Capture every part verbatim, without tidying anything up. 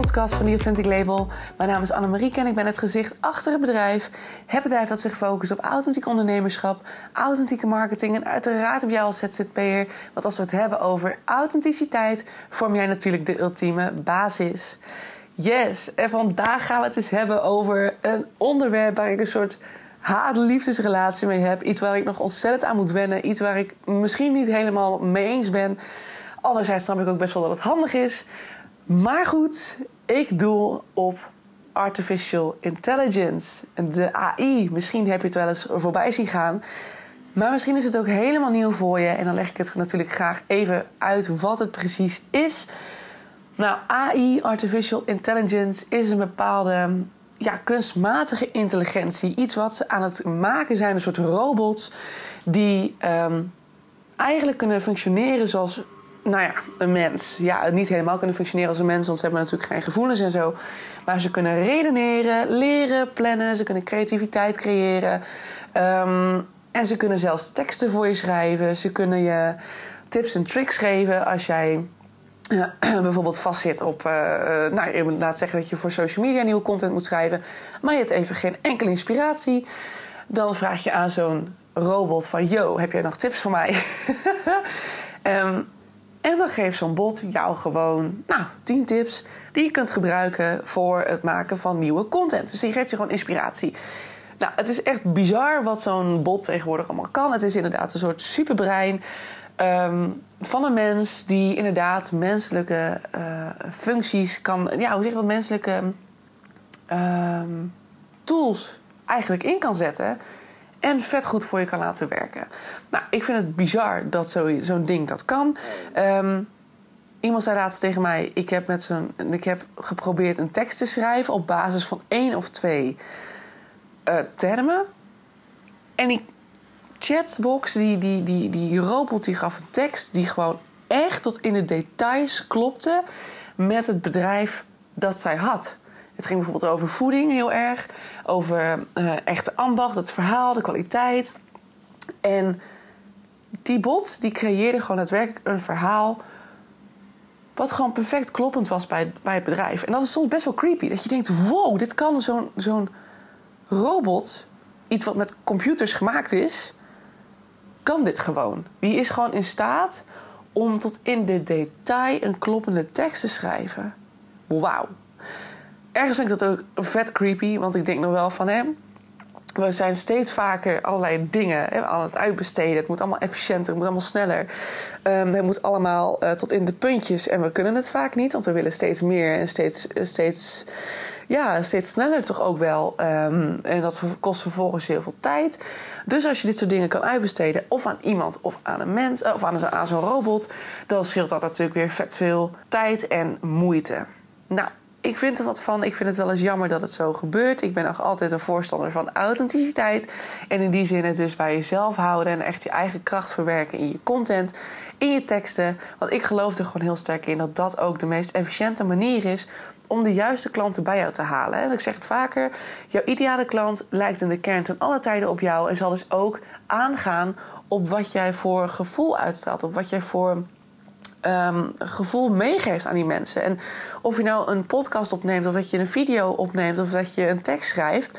podcast van The Authentic Label. Mijn naam is Annemarieke en ik ben het gezicht achter het bedrijf. Het bedrijf dat zich focust op authentiek ondernemerschap, authentieke marketing en uiteraard op jou als Z Z P'er. Want als we het hebben over authenticiteit, vorm jij natuurlijk de ultieme basis. Yes, en vandaag gaan we het dus hebben over een onderwerp waar ik een soort haat-liefdesrelatie mee heb. Iets waar ik nog ontzettend aan moet wennen. Iets waar ik misschien niet helemaal mee eens ben. Anderzijds snap ik ook best wel dat het handig is. Maar goed, ik doel op Artificial Intelligence. De A I. Misschien heb je het wel eens voorbij zien gaan. Maar misschien is het ook helemaal nieuw voor je. En dan leg ik het natuurlijk graag even uit wat het precies is. Nou, A I, Artificial Intelligence, is een bepaalde ja, kunstmatige intelligentie. Iets wat ze aan het maken zijn, een soort robots die um, eigenlijk kunnen functioneren zoals nou ja, een mens. Ja, niet helemaal kunnen functioneren als een mens, want ze hebben natuurlijk geen gevoelens en zo. Maar ze kunnen redeneren, leren, plannen, ze kunnen creativiteit creëren. Um, en ze kunnen zelfs teksten voor je schrijven. Ze kunnen je tips en tricks geven als jij Uh, bijvoorbeeld vastzit op, uh, uh, nou, je moet laten zeggen dat je voor social media nieuwe content moet schrijven, maar je hebt even geen enkele inspiratie. Dan vraag je aan zo'n robot van, yo, heb jij nog tips voor mij? um, en dan geeft zo'n bot jou gewoon, nou, tien tips die je kunt gebruiken voor het maken van nieuwe content. Dus die geeft je gewoon inspiratie. Nou, het is echt bizar wat zo'n bot tegenwoordig allemaal kan. Het is inderdaad een soort superbrein Um, van een mens die inderdaad menselijke uh, functies kan, ja, hoe zeg je dat, menselijke um, tools eigenlijk in kan zetten en vet goed voor je kan laten werken. Nou, ik vind het bizar dat zo, zo'n ding dat kan. Um, iemand zei laatst tegen mij, ik heb, met zo'n, ik heb geprobeerd een tekst te schrijven op basis van één of twee uh, termen. En ik chatbox, die, die, die, die robot, die gaf een tekst die gewoon echt tot in de details klopte met het bedrijf dat zij had. Het ging bijvoorbeeld over voeding heel erg, over uh, echte ambacht, het verhaal, de kwaliteit. En die bot die creëerde gewoon daadwerkelijk een verhaal wat gewoon perfect kloppend was bij, bij het bedrijf. En dat is soms best wel creepy, dat je denkt, wow, dit kan zo'n, zo'n robot, iets wat met computers gemaakt is, kan dit gewoon. Die is gewoon in staat om tot in de detail een kloppende tekst te schrijven. Wauw. Ergens vind ik dat ook vet creepy, want ik denk nog wel van hem. We zijn steeds vaker allerlei dingen hè, aan het uitbesteden. Het moet allemaal efficiënter, het moet allemaal sneller. Um, het moet allemaal uh, tot in de puntjes. En we kunnen het vaak niet, want we willen steeds meer en steeds, steeds, ja, steeds sneller toch ook wel. Um, en dat kost vervolgens heel veel tijd. Dus als je dit soort dingen kan uitbesteden, of aan iemand of aan een mens, of aan, aan zo'n robot, dan scheelt dat natuurlijk weer vet veel tijd en moeite. Nou, ik vind er wat van. Ik vind het wel eens jammer dat het zo gebeurt. Ik ben nog altijd een voorstander van authenticiteit. En in die zin het dus bij jezelf houden en echt je eigen kracht verwerken in je content, in je teksten. Want ik geloof er gewoon heel sterk in dat dat ook de meest efficiënte manier is om de juiste klanten bij jou te halen. En ik zeg het vaker, jouw ideale klant lijkt in de kern ten alle tijden op jou en zal dus ook aangaan op wat jij voor gevoel uitstraalt, op wat jij voor Um, gevoel meegeeft aan die mensen. En of je nou een podcast opneemt, of dat je een video opneemt, of dat je een tekst schrijft,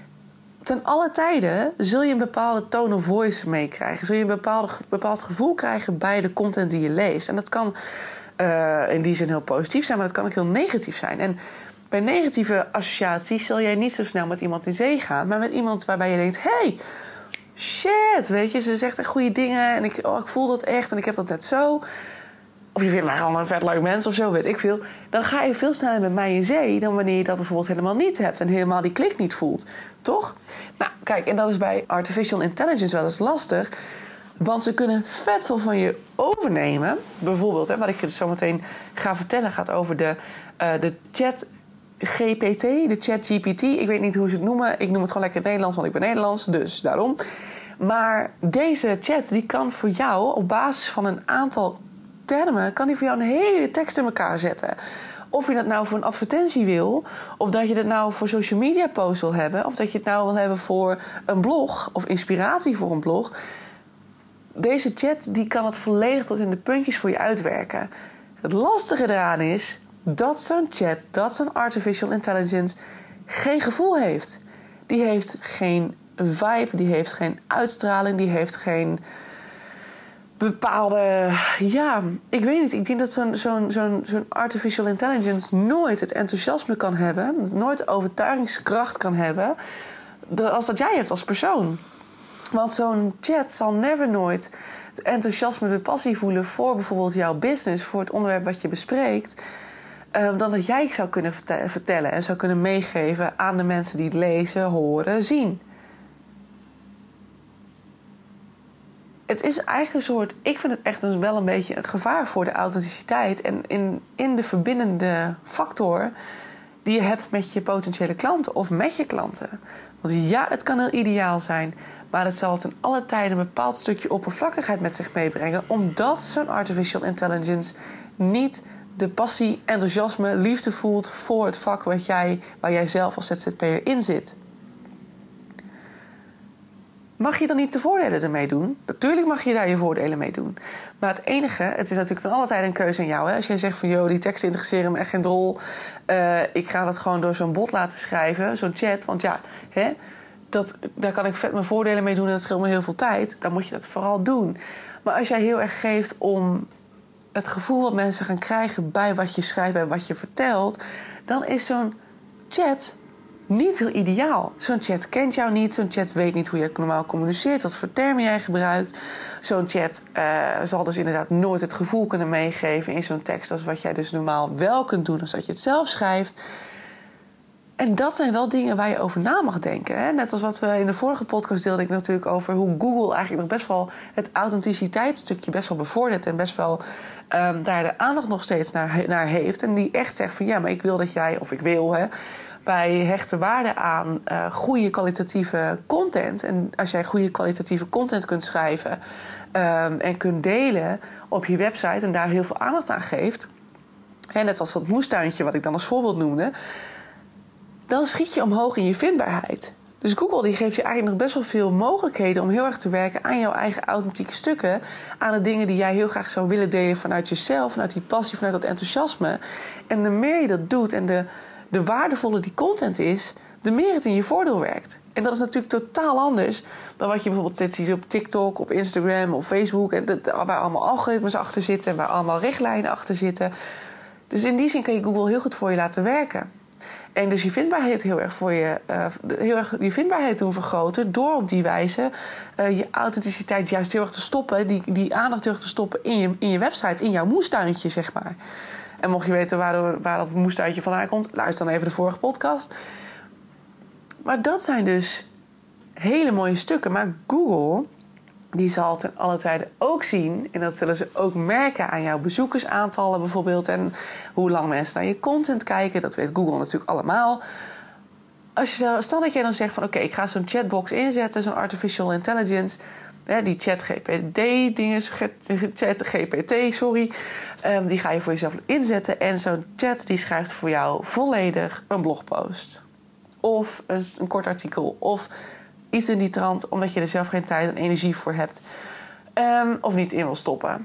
ten alle tijden zul je een bepaalde tone of voice meekrijgen. Zul je een bepaalde, bepaald gevoel krijgen bij de content die je leest. En dat kan uh, in die zin heel positief zijn, maar dat kan ook heel negatief zijn. En bij negatieve associaties zul jij niet zo snel met iemand in zee gaan, maar met iemand waarbij je denkt, hey, shit, weet je, ze zegt echt goede dingen en ik, oh, ik voel dat echt en ik heb dat net zo. Of je vindt mij gewoon een vet leuk mens of zo, weet ik veel. Dan ga je veel sneller met mij in zee dan wanneer je dat bijvoorbeeld helemaal niet hebt en helemaal die klik niet voelt. Toch? Nou, kijk, en dat is bij Artificial Intelligence wel eens lastig. Want ze kunnen vet veel van je overnemen. Bijvoorbeeld, hè, wat ik je zo meteen ga vertellen, gaat over de, uh, de chat G P T, de chat G P T. Ik weet niet hoe ze het noemen. Ik noem het gewoon lekker Nederlands, want ik ben Nederlands, dus daarom. Maar deze chat die kan voor jou op basis van een aantal termen, kan die voor jou een hele tekst in elkaar zetten. Of je dat nou voor een advertentie wil, of dat je het nou voor social media posts wil hebben, of dat je het nou wil hebben voor een blog, of inspiratie voor een blog. Deze chat die kan het volledig tot in de puntjes voor je uitwerken. Het lastige eraan is dat zo'n chat, dat zo'n artificial intelligence geen gevoel heeft. Die heeft geen vibe, die heeft geen uitstraling, die heeft geen bepaalde... Ja, ik weet niet. Ik denk dat zo'n, zo'n, zo'n, zo'n artificial intelligence nooit het enthousiasme kan hebben, nooit de overtuigingskracht kan hebben als dat jij hebt als persoon. Want zo'n chat zal never nooit het enthousiasme, de passie voelen voor bijvoorbeeld jouw business, voor het onderwerp wat je bespreekt, um, dan dat jij zou kunnen vertellen en zou kunnen meegeven aan de mensen die het lezen, horen, zien. Het is eigenlijk een soort... Ik vind het echt dus wel een beetje een gevaar voor de authenticiteit en in, in de verbindende factor die je hebt met je potentiële klanten of met je klanten. Want ja, het kan heel ideaal zijn, maar het zal ten alle tijden een bepaald stukje oppervlakkigheid met zich meebrengen, omdat zo'n artificial intelligence niet de passie, enthousiasme, liefde voelt voor het vak wat jij, waar jij zelf als Z Z P'er in zit. Mag je dan niet de voordelen ermee doen? Natuurlijk mag je daar je voordelen mee doen. Maar het enige, het is natuurlijk ten alle tijde een keuze aan jou. Hè? Als jij zegt van, joh, die teksten interesseren me echt geen drol. Uh, ik ga dat gewoon door zo'n bot laten schrijven, zo'n chat. Want ja, hè, dat, daar kan ik vet mijn voordelen mee doen en dat scheelt me heel veel tijd. Dan moet je dat vooral doen. Maar als jij heel erg geeft om het gevoel wat mensen gaan krijgen bij wat je schrijft, bij wat je vertelt, dan is zo'n chat niet heel ideaal. Zo'n chat kent jou niet. Zo'n chat weet niet hoe je normaal communiceert, wat voor termen jij gebruikt. Zo'n chat uh, zal dus inderdaad nooit het gevoel kunnen meegeven in zo'n tekst als wat jij dus normaal wel kunt doen als dat je het zelf schrijft. En dat zijn wel dingen waar je over na mag denken. Hè? Net als wat we in de vorige podcast deelde ik natuurlijk over hoe Google eigenlijk nog best wel het authenticiteitsstukje best wel bevordert en best wel um, daar de aandacht nog steeds naar, naar heeft. En die echt zegt van ja, maar ik wil dat jij, of ik wil, hè, wij hechten waarde aan uh, goede kwalitatieve content. En als jij goede kwalitatieve content kunt schrijven um, en kunt delen op je website en daar heel veel aandacht aan geeft, hè, net als dat moestuintje wat ik dan als voorbeeld noemde, dan schiet je omhoog in je vindbaarheid. Dus Google die geeft je eigenlijk nog best wel veel mogelijkheden om heel erg te werken aan jouw eigen authentieke stukken, aan de dingen die jij heel graag zou willen delen vanuit jezelf, vanuit die passie, vanuit dat enthousiasme. En de meer je dat doet en de, de waardevoller die content is, de meer het in je voordeel werkt. En dat is natuurlijk totaal anders dan wat je bijvoorbeeld dit ziet op TikTok, op Instagram, op Facebook, en de, waar allemaal algoritmes achter zitten en waar allemaal richtlijnen achter zitten. Dus in die zin kan je Google heel goed voor je laten werken. En dus je vindbaarheid heel erg voor je, uh, heel erg je vindbaarheid doen vergroten door op die wijze uh, je authenticiteit juist heel erg te stoppen, die, die aandacht heel erg te stoppen in je, in je website, in jouw moestuintje, zeg maar. En mocht je weten waar, waar dat moestuintje vandaan komt, luister dan even de vorige podcast. Maar dat zijn dus hele mooie stukken. Maar Google, die zal ten alle tijden ook zien, en dat zullen ze ook merken aan jouw bezoekersaantallen bijvoorbeeld, en hoe lang mensen naar je content kijken, dat weet Google natuurlijk allemaal. Als je, stel dat jij dan zegt van oké, okay, ik ga zo'n chatbox inzetten, zo'n artificial intelligence, hè, die chat G P T-dingen, chat G P T, sorry, um, die ga je voor jezelf inzetten en zo'n chat die schrijft voor jou volledig een blogpost. Of een, een kort artikel, of iets in die trant, omdat je er zelf geen tijd en energie voor hebt. Um, of niet in wil stoppen.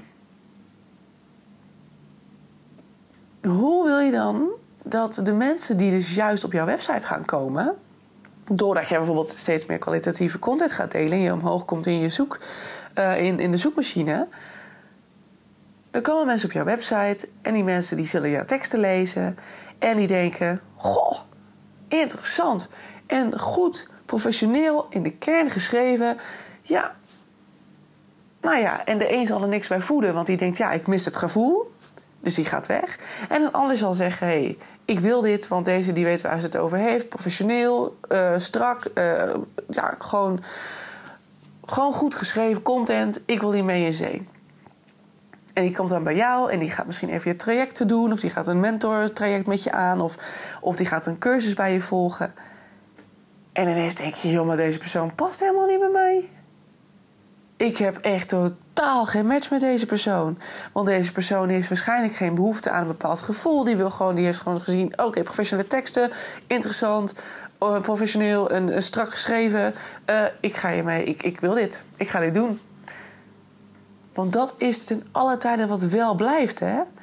Hoe wil je dan dat de mensen die dus juist op jouw website gaan komen, doordat je bijvoorbeeld steeds meer kwalitatieve content gaat delen en je omhoog komt in je zoek, uh, in, in de zoekmachine, dan komen mensen op jouw website en die mensen die zullen jouw teksten lezen en die denken, goh, interessant en goed, professioneel, in de kern geschreven. Ja, nou ja, en de een zal er niks bij voeden, want die denkt, ja, ik mis het gevoel. Dus die gaat weg. En een ander zal zeggen, hé, hey, ik wil dit, want deze die weet waar ze het over heeft. Professioneel, uh, strak, uh, ja, gewoon, gewoon goed geschreven content. Ik wil hiermee in zee. En die komt dan bij jou en die gaat misschien even je trajecten doen, of die gaat een mentortraject met je aan, of, of die gaat een cursus bij je volgen. En ineens denk je, joh, maar deze persoon past helemaal niet bij mij. Ik heb echt totaal geen match met deze persoon. Want deze persoon heeft waarschijnlijk geen behoefte aan een bepaald gevoel. Die, wil gewoon, die heeft gewoon gezien, oké, okay, professionele teksten, interessant, uh, professioneel en uh, strak geschreven. Uh, ik ga hiermee, ik, ik wil dit. Ik ga dit doen. Want dat is ten alle tijde wat wel blijft, hè.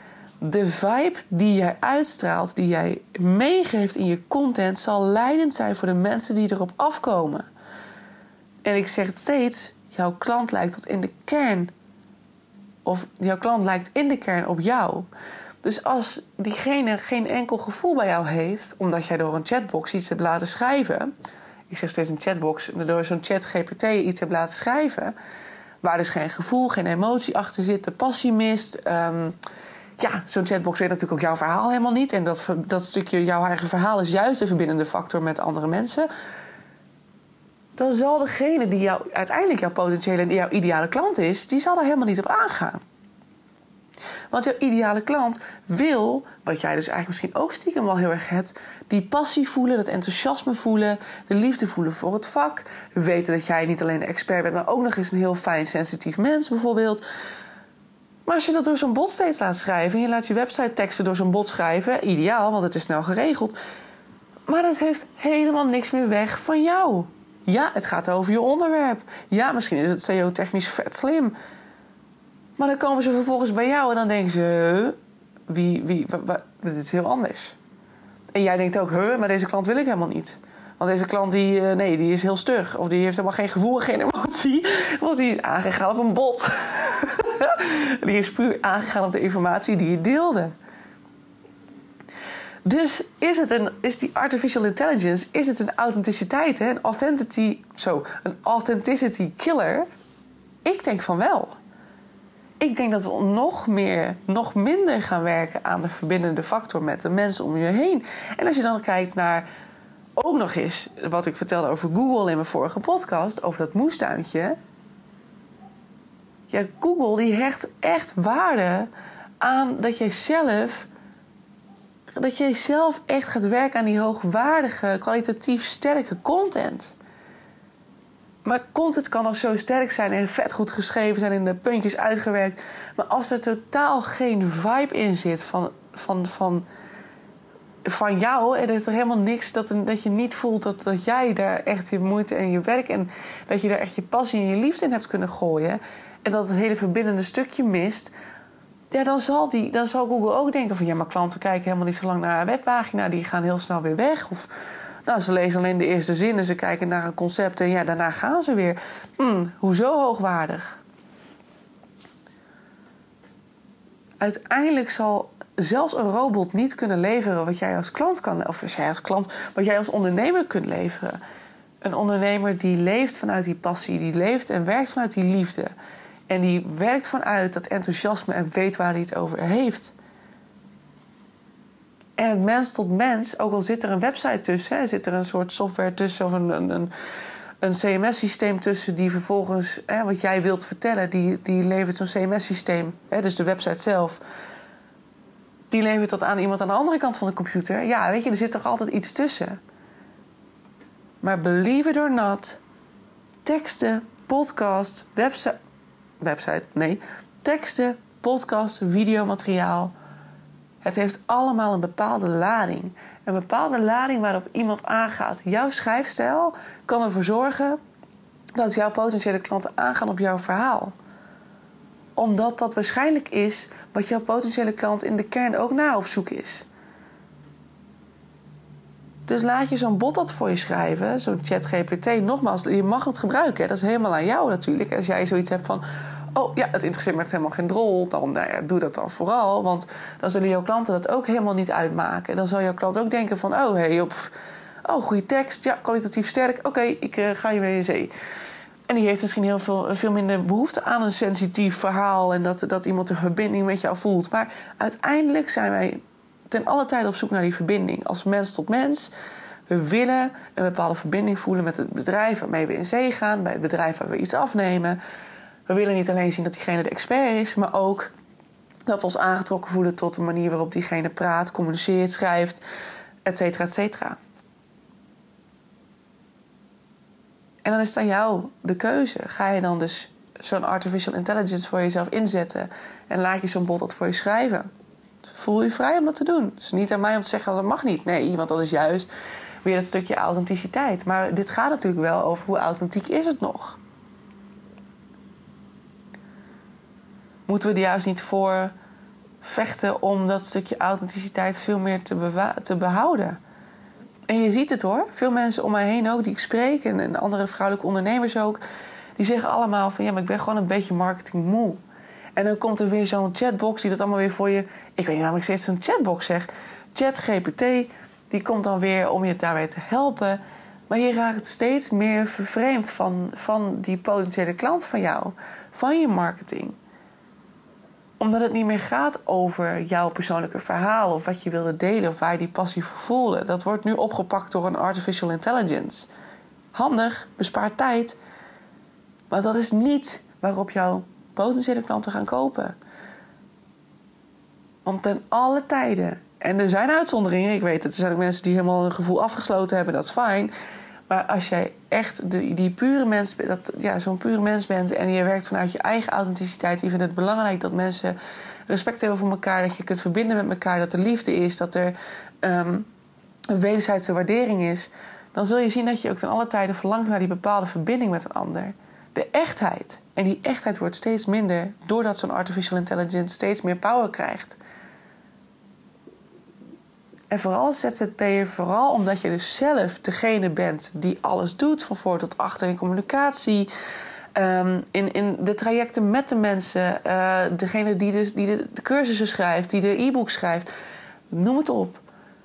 De vibe die jij uitstraalt, die jij meegeeft in je content, zal leidend zijn voor de mensen die erop afkomen. En ik zeg het steeds, jouw klant lijkt tot in de kern, of jouw klant lijkt in de kern op jou. Dus als diegene geen enkel gevoel bij jou heeft, omdat jij door een chatbox iets hebt laten schrijven, ik zeg steeds een chatbox, door zo'n chat G P T iets hebt laten schrijven, waar dus geen gevoel, geen emotie achter zit, de passie mist. Um, ja, zo'n chatbox weet natuurlijk ook jouw verhaal helemaal niet. En dat, dat stukje jouw eigen verhaal is juist de verbindende factor met andere mensen. Dan zal degene die jou, uiteindelijk jouw potentiële en jouw ideale klant is, die zal er helemaal niet op aangaan. Want jouw ideale klant wil, wat jij dus eigenlijk misschien ook stiekem wel heel erg hebt, die passie voelen, dat enthousiasme voelen, de liefde voelen voor het vak. Weten dat jij niet alleen de expert bent, maar ook nog eens een heel fijn, sensitief mens bijvoorbeeld. Maar als je dat door zo'n bot steeds laat schrijven, en je laat je website teksten door zo'n bot schrijven, ideaal, want het is snel geregeld. Maar dat heeft helemaal niks meer weg van jou. Ja, het gaat over je onderwerp. Ja, misschien is het S E O-technisch vet slim. Maar dan komen ze vervolgens bij jou en dan denken ze, wie, wie, wat, wat, dit is heel anders. En jij denkt ook, huh, maar deze klant wil ik helemaal niet. Want deze klant, die, nee, die is heel stug. Of die heeft helemaal geen gevoel, geen emotie. Want die is aangegaan op een bot. Die is puur aangegaan op de informatie die je deelde. Dus is het een, is die artificial intelligence, is het een authenticiteit, hè? Een authenticity, zo, een authenticity killer? Ik denk van wel. Ik denk dat we nog meer, nog minder gaan werken aan de verbindende factor met de mensen om je heen. En als je dan kijkt naar ook nog eens wat ik vertelde over Google in mijn vorige podcast, over dat moestuintje. Ja, Google die hecht echt waarde aan dat jij zelf, dat jij zelf echt gaat werken aan die hoogwaardige, kwalitatief sterke content. Maar content kan nog zo sterk zijn en vet goed geschreven zijn en de puntjes uitgewerkt. Maar als er totaal geen vibe in zit van, van, van, van jou, en dat er helemaal niks, dat, dat je niet voelt dat, dat jij daar echt je moeite en je werk en dat je daar echt je passie en je liefde in hebt kunnen gooien, en dat het hele verbindende stukje mist, ja, dan zal, die, dan zal Google ook denken van ja, maar klanten kijken helemaal niet zo lang naar een webpagina, die gaan heel snel weer weg. Of nou, ze lezen alleen de eerste zin en ze kijken naar een concept en ja, daarna gaan ze weer. Hm, hoezo hoogwaardig? Uiteindelijk zal zelfs een robot niet kunnen leveren wat jij als klant kan, of jij als klant, wat jij als ondernemer kunt leveren. Een ondernemer die leeft vanuit die passie, die leeft en werkt vanuit die liefde. En die werkt vanuit dat enthousiasme en weet waar hij het over heeft. En mens tot mens, ook al zit er een website tussen, hè, zit er een soort software tussen of een, een, een C M S-systeem tussen die vervolgens, hè, wat jij wilt vertellen, die, die levert zo'n C M S-systeem, hè, dus de website zelf, die levert dat aan iemand aan de andere kant van de computer. Ja, weet je, er zit toch altijd iets tussen. Maar believe it or not, teksten, podcast, website, website, nee, teksten, podcast, videomateriaal, het heeft allemaal een bepaalde lading. Een bepaalde lading waarop iemand aangaat. Jouw schrijfstijl kan ervoor zorgen dat jouw potentiële klanten aangaan op jouw verhaal. Omdat dat waarschijnlijk is wat jouw potentiële klant in de kern ook naar op zoek is. Dus laat je zo'n bot dat voor je schrijven, zo'n chat G P T, nogmaals, je mag het gebruiken. Hè? Dat is helemaal aan jou natuurlijk. Als jij zoiets hebt van, oh ja, het interesseert me echt helemaal geen drol, dan nou ja, doe dat dan vooral. Want dan zullen jouw klanten dat ook helemaal niet uitmaken. Dan zal jouw klant ook denken van, oh, hey, op, oh goede tekst, ja, kwalitatief sterk, oké, okay, ik uh, ga je mee in zee. En die heeft misschien heel veel, veel minder behoefte aan een sensitief verhaal en dat, dat iemand een verbinding met jou voelt. Maar uiteindelijk zijn wij ten alle tijde op zoek naar die verbinding. Als mens tot mens. We willen een bepaalde verbinding voelen met het bedrijf waarmee we in zee gaan, bij het bedrijf waar we iets afnemen. We willen niet alleen zien dat diegene de expert is, maar ook dat we ons aangetrokken voelen tot de manier waarop diegene praat, communiceert, schrijft, et cetera, et cetera. En dan is het aan jou de keuze. Ga je dan dus zo'n artificial intelligence voor jezelf inzetten en laat je zo'n bot dat voor je schrijven? Voel je vrij om dat te doen. Het is niet aan mij om te zeggen dat mag niet. Nee, want dat is juist weer dat stukje authenticiteit. Maar dit gaat natuurlijk wel over hoe authentiek is het nog. Moeten we er juist niet voor vechten om dat stukje authenticiteit veel meer te, bewa- te behouden. En je ziet het hoor. Veel mensen om mij heen ook die ik spreek... en, en andere vrouwelijke ondernemers ook... die zeggen allemaal van... ja, maar ik ben gewoon een beetje marketingmoe. En dan komt er weer zo'n chatbox die dat allemaal weer voor je... ik weet niet waarom ik steeds een chatbox zeg. ChatGPT, die komt dan weer om je daarbij te helpen... maar je raakt steeds meer vervreemd van, van die potentiële klant van jou. Van je marketing. Omdat het niet meer gaat over jouw persoonlijke verhaal... of wat je wilde delen of waar je die passie voor voelde. Dat wordt nu opgepakt door een artificial intelligence. Handig, bespaart tijd. Maar dat is niet waarop jouw potentiële klanten gaan kopen. Want ten alle tijden... en er zijn uitzonderingen, ik weet het. Er zijn ook mensen die helemaal een gevoel afgesloten hebben, dat is fijn... Maar als jij echt de, die pure mens, dat, ja, zo'n pure mens bent... en je werkt vanuit je eigen authenticiteit... je vindt het belangrijk dat mensen respect hebben voor elkaar... dat je kunt verbinden met elkaar, dat er liefde is... dat er um, een wederzijdse waardering is... dan zul je zien dat je ook ten alle tijden verlangt... naar die bepaalde verbinding met een ander. De echtheid. En die echtheid wordt steeds minder... doordat zo'n artificial intelligence steeds meer power krijgt... En vooral als Z Z P'er, vooral omdat je dus zelf degene bent die alles doet... van voor tot achter in communicatie, um, in, in de trajecten met de mensen... Uh, degene die, de, die de, de cursussen schrijft, die de e-books schrijft, noem het op.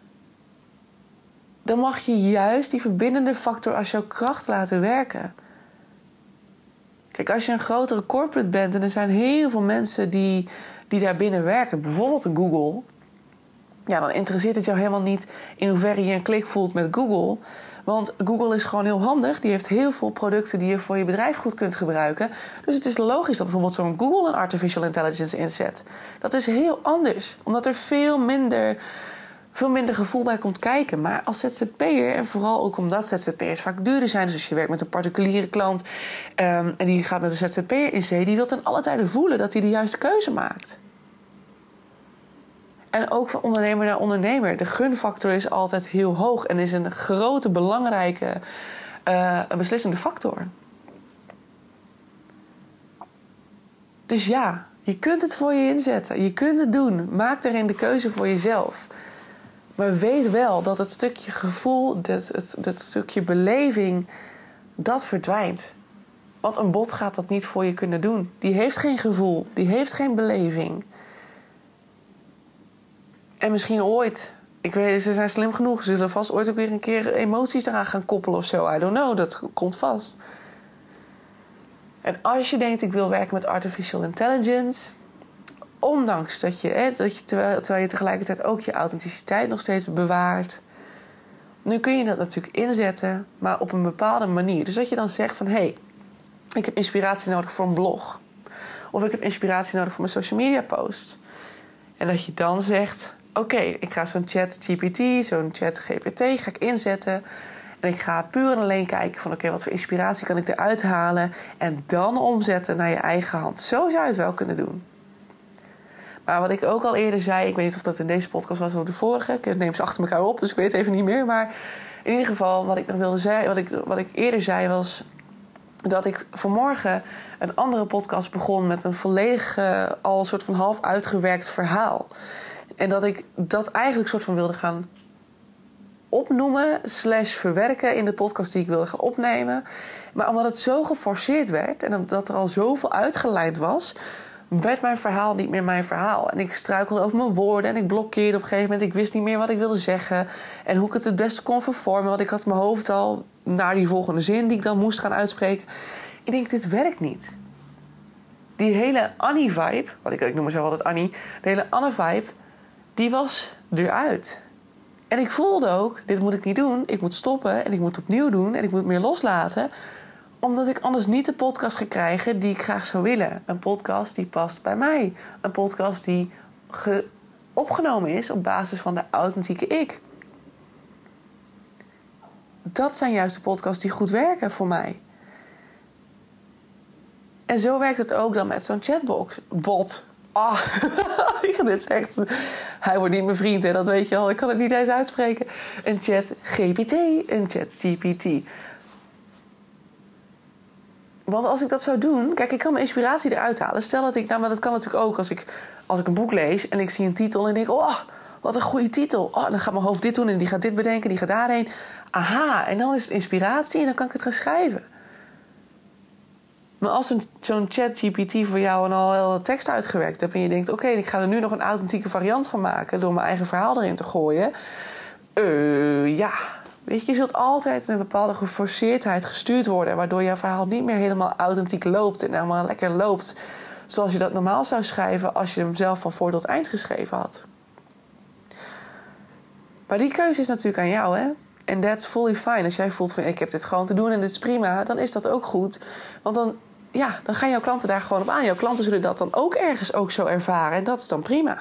Dan mag je juist die verbindende factor als jouw kracht laten werken. Kijk, als je een grotere corporate bent en er zijn heel veel mensen die, die daar binnen werken... bijvoorbeeld een Google... ja, dan interesseert het jou helemaal niet in hoeverre je een klik voelt met Google. Want Google is gewoon heel handig. Die heeft heel veel producten die je voor je bedrijf goed kunt gebruiken. Dus het is logisch dat bijvoorbeeld zo'n Google een artificial intelligence inzet. Dat is heel anders. Omdat er veel minder, veel minder gevoel bij komt kijken. Maar als Z Z P'er, en vooral ook omdat Z Z P'ers vaak duurder zijn... dus als je werkt met een particuliere klant... Um, en die gaat met een Z Z P'er in zee... die wil ten alle tijde voelen dat hij de juiste keuze maakt. En ook van ondernemer naar ondernemer. De gunfactor is altijd heel hoog... en is een grote, belangrijke, uh, een beslissende factor. Dus ja, je kunt het voor je inzetten. Je kunt het doen. Maak daarin de keuze voor jezelf. Maar weet wel dat het stukje gevoel... dat, het, dat stukje beleving, dat verdwijnt. Want een bot gaat dat niet voor je kunnen doen. Die heeft geen gevoel. Die heeft geen beleving... En misschien ooit, ik weet, ze zijn slim genoeg... ze zullen vast ooit ook weer een keer emoties eraan gaan koppelen of zo. I don't know, dat komt vast. En als je denkt, ik wil werken met artificial intelligence... ondanks dat je, hè, dat je terwijl, terwijl je tegelijkertijd ook je authenticiteit nog steeds bewaart... nu kun je dat natuurlijk inzetten, maar op een bepaalde manier. Dus dat je dan zegt van, hé, hey, ik heb inspiratie nodig voor een blog. Of ik heb inspiratie nodig voor mijn social media post. En dat je dan zegt... oké, okay, ik ga zo'n chat G P T, zo'n chat G P T ga ik inzetten... en ik ga puur en alleen kijken van... oké, okay, wat voor inspiratie kan ik eruit halen... en dan omzetten naar je eigen hand. Zo zou je het wel kunnen doen. Maar wat ik ook al eerder zei... ik weet niet of dat in deze podcast was of de vorige... ik neem ze achter elkaar op, dus ik weet even niet meer... maar in ieder geval, wat ik nog wilde zeggen... wat ik, wat ik eerder zei was... dat ik vanmorgen een andere podcast begon... met een volledig, uh, al een soort van half uitgewerkt verhaal... En dat ik dat eigenlijk soort van wilde gaan opnoemen... slash verwerken in de podcast die ik wilde gaan opnemen. Maar omdat het zo geforceerd werd... en omdat er al zoveel uitgeleid was... werd mijn verhaal niet meer mijn verhaal. En ik struikelde over mijn woorden en ik blokkeerde op een gegeven moment. Ik wist niet meer wat ik wilde zeggen... en hoe ik het het beste kon vervormen. Want ik had mijn hoofd al naar die volgende zin... die ik dan moest gaan uitspreken. Ik denk, dit werkt niet. Die hele Annie-vibe... wat ik, ik noem mezelf altijd Annie... de hele Anne-vibe... die was eruit. En ik voelde ook, dit moet ik niet doen. Ik moet stoppen en ik moet opnieuw doen. En ik moet meer loslaten. Omdat ik anders niet de podcast ga krijgen die ik graag zou willen. Een podcast die past bij mij. Een podcast die ge- opgenomen is op basis van de authentieke ik. Dat zijn juist de podcasts die goed werken voor mij. En zo werkt het ook dan met zo'n chatbox. Bot. Ah, dit is echt... Hij wordt niet mijn vriend, hè, dat weet je al. Ik kan het niet eens uitspreken. Een chat G P T, een chat G P T. Want als ik dat zou doen... Kijk, ik kan mijn inspiratie eruit halen. Stel dat ik... Nou, maar dat kan natuurlijk ook als ik, als ik een boek lees... en ik zie een titel en denk... Oh, wat een goede titel. Oh, dan gaat mijn hoofd dit doen en die gaat dit bedenken. Die gaat daarheen. Aha, en dan is het inspiratie en dan kan ik het gaan schrijven. Maar als een, zo'n ChatGPT voor jou een al hele tekst uitgewerkt hebt... en je denkt, oké, okay, ik ga er nu nog een authentieke variant van maken... door mijn eigen verhaal erin te gooien... Uh, ja, weet je, je zult altijd in een bepaalde geforceerdheid gestuurd worden... waardoor jouw verhaal niet meer helemaal authentiek loopt... en helemaal lekker loopt zoals je dat normaal zou schrijven... als je hem zelf van voor tot eind geschreven had. Maar die keuze is natuurlijk aan jou, hè? En that's fully fine. Als jij voelt van, ik heb dit gewoon te doen en dit is prima... dan is dat ook goed. Want dan, ja, dan gaan jouw klanten daar gewoon op aan. Jouw klanten zullen dat dan ook ergens ook zo ervaren. En dat is dan prima.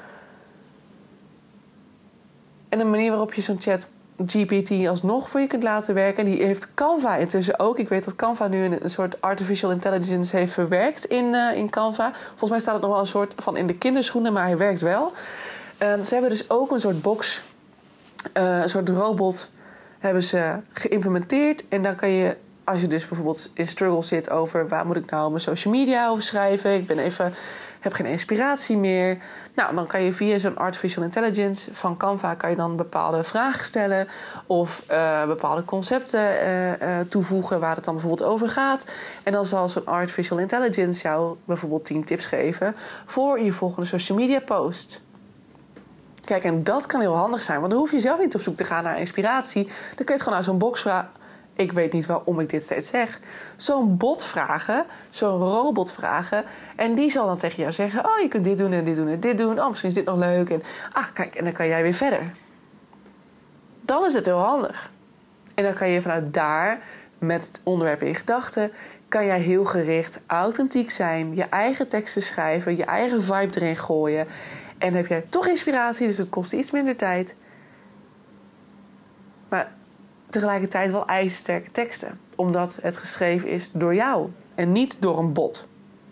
En de manier waarop je zo'n ChatGPT alsnog voor je kunt laten werken... die heeft Canva intussen ook. Ik weet dat Canva nu een, een soort artificial intelligence heeft verwerkt in, uh, in Canva. Volgens mij staat het nog wel een soort van in de kinderschoenen, maar hij werkt wel. Um, ze hebben dus ook een soort box, uh, een soort robot... hebben ze geïmplementeerd. En dan kan je, als je dus bijvoorbeeld in struggle zit over... waar moet ik nou mijn social media over schrijven? Ik ben even, heb geen inspiratie meer. Nou, dan kan je via zo'n artificial intelligence van Canva... kan je dan bepaalde vragen stellen... of uh, bepaalde concepten uh, uh, toevoegen waar het dan bijvoorbeeld over gaat. En dan zal zo'n artificial intelligence jou bijvoorbeeld tien tips geven... voor je volgende social media post. Kijk, en dat kan heel handig zijn. Want dan hoef je zelf niet op zoek te gaan naar inspiratie. Dan kun je het gewoon naar zo'n box vragen. Ik weet niet waarom ik dit steeds zeg. Zo'n bot vragen. Zo'n robot vragen. En die zal dan tegen jou zeggen... Oh, je kunt dit doen en dit doen en dit doen. Oh, misschien is dit nog leuk. En, ah, kijk, en dan kan jij weer verder. Dan is het heel handig. En dan kan je vanuit daar, met het onderwerp in gedachten... kan jij heel gericht, authentiek zijn. Je eigen teksten schrijven. Je eigen vibe erin gooien... En dan heb jij toch inspiratie, dus het kost iets minder tijd. Maar tegelijkertijd wel ijzersterke teksten. Omdat het geschreven is door jou en niet door een bot.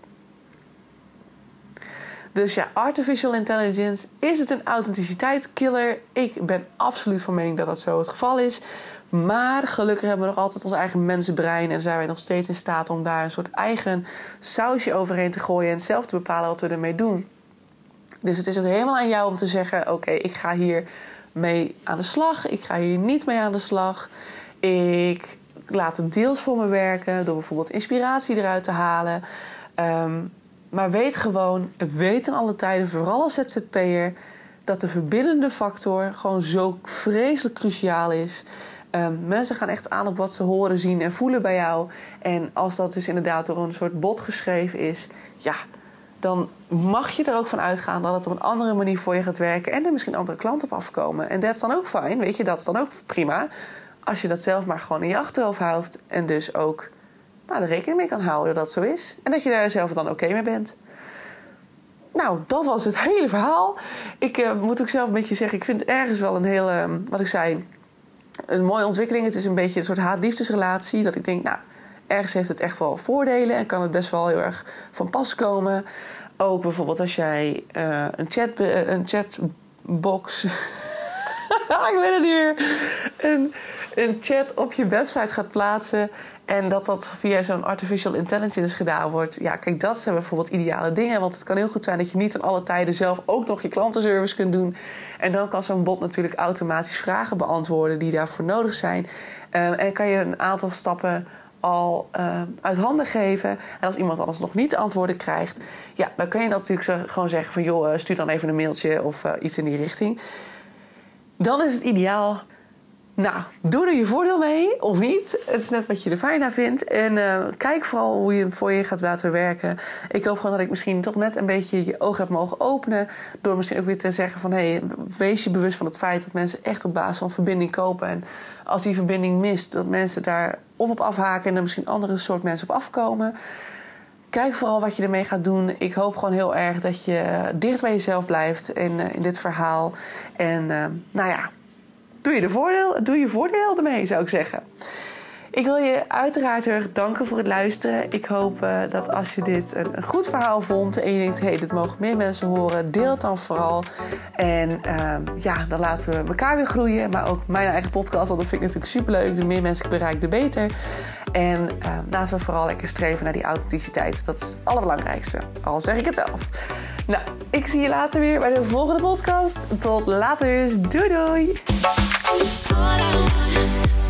Dus ja, artificial intelligence, is het een authenticiteitskiller? Ik ben absoluut van mening dat dat zo het geval is. Maar gelukkig hebben we nog altijd ons eigen mensenbrein... en zijn wij nog steeds in staat om daar een soort eigen sausje overheen te gooien... en zelf te bepalen wat we ermee doen. Dus het is ook helemaal aan jou om te zeggen... oké, okay, ik ga hier mee aan de slag. Ik ga hier niet mee aan de slag. Ik laat het deels voor me werken... door bijvoorbeeld inspiratie eruit te halen. Um, maar weet gewoon, weet in alle tijden... vooral als Z Z P'er... dat de verbindende factor gewoon zo vreselijk cruciaal is... Um, mensen gaan echt aan op wat ze horen, zien en voelen bij jou. En als dat dus inderdaad door een soort bot geschreven is... ja, dan mag je er ook van uitgaan dat het op een andere manier voor je gaat werken... en er misschien andere klanten op afkomen. En dat is dan ook fijn, weet je, dat is dan ook prima... als je dat zelf maar gewoon in je achterhoofd houdt... en dus ook nou, er rekening mee kan houden dat dat zo is. En dat je daar zelf dan oké okay mee bent. Nou, dat was het hele verhaal. Ik uh, moet ook zelf een beetje zeggen... ik vind het ergens wel een heel, uh, wat ik zei... een mooie ontwikkeling. Het is een beetje een soort haat-liefdesrelatie. Dat ik denk, nou, ergens heeft het echt wel voordelen... en kan het best wel heel erg van pas komen. Ook bijvoorbeeld als jij uh, een, chat, uh, een chatbox... ik weet het niet meer. Een, een chat op je website gaat plaatsen... en dat dat via zo'n artificial intelligence gedaan wordt. Ja, kijk, dat zijn bijvoorbeeld ideale dingen. Want het kan heel goed zijn dat je niet aan alle tijden zelf ook nog je klantenservice kunt doen. En dan kan zo'n bot natuurlijk automatisch vragen beantwoorden die daarvoor nodig zijn. Uh, en kan je een aantal stappen al uh, uit handen geven. En als iemand anders nog niet de antwoorden krijgt... ja, dan kun je dat natuurlijk gewoon zeggen van... joh, stuur dan even een mailtje of uh, iets in die richting. Dan is het ideaal... Nou, doe er je voordeel mee of niet. Het is net wat je er fijn naar vindt. En uh, kijk vooral hoe je het voor je gaat laten werken. Ik hoop gewoon dat ik misschien toch net een beetje je ogen heb mogen openen. Door misschien ook weer te zeggen van... hé, hey, wees je bewust van het feit dat mensen echt op basis van verbinding kopen. En als die verbinding mist, dat mensen daar of op afhaken... en er misschien andere soort mensen op afkomen. Kijk vooral wat je ermee gaat doen. Ik hoop gewoon heel erg dat je dicht bij jezelf blijft in, uh, in dit verhaal. En uh, nou ja... Doe je, de voordeel, doe je voordeel ermee, zou ik zeggen. Ik wil je uiteraard heel erg danken voor het luisteren. Ik hoop uh, dat als je dit een, een goed verhaal vond... en je denkt, hé, hey, dit mogen meer mensen horen... deel het dan vooral. En uh, ja, dan laten we elkaar weer groeien. Maar ook mijn eigen podcast, want dat vind ik natuurlijk superleuk. De meer mensen ik bereik, de beter. En uh, laten we vooral lekker streven naar die authenticiteit. Dat is het allerbelangrijkste. Al zeg ik het zelf. Nou, ik zie je later weer bij de volgende podcast. Tot later. Doei doei.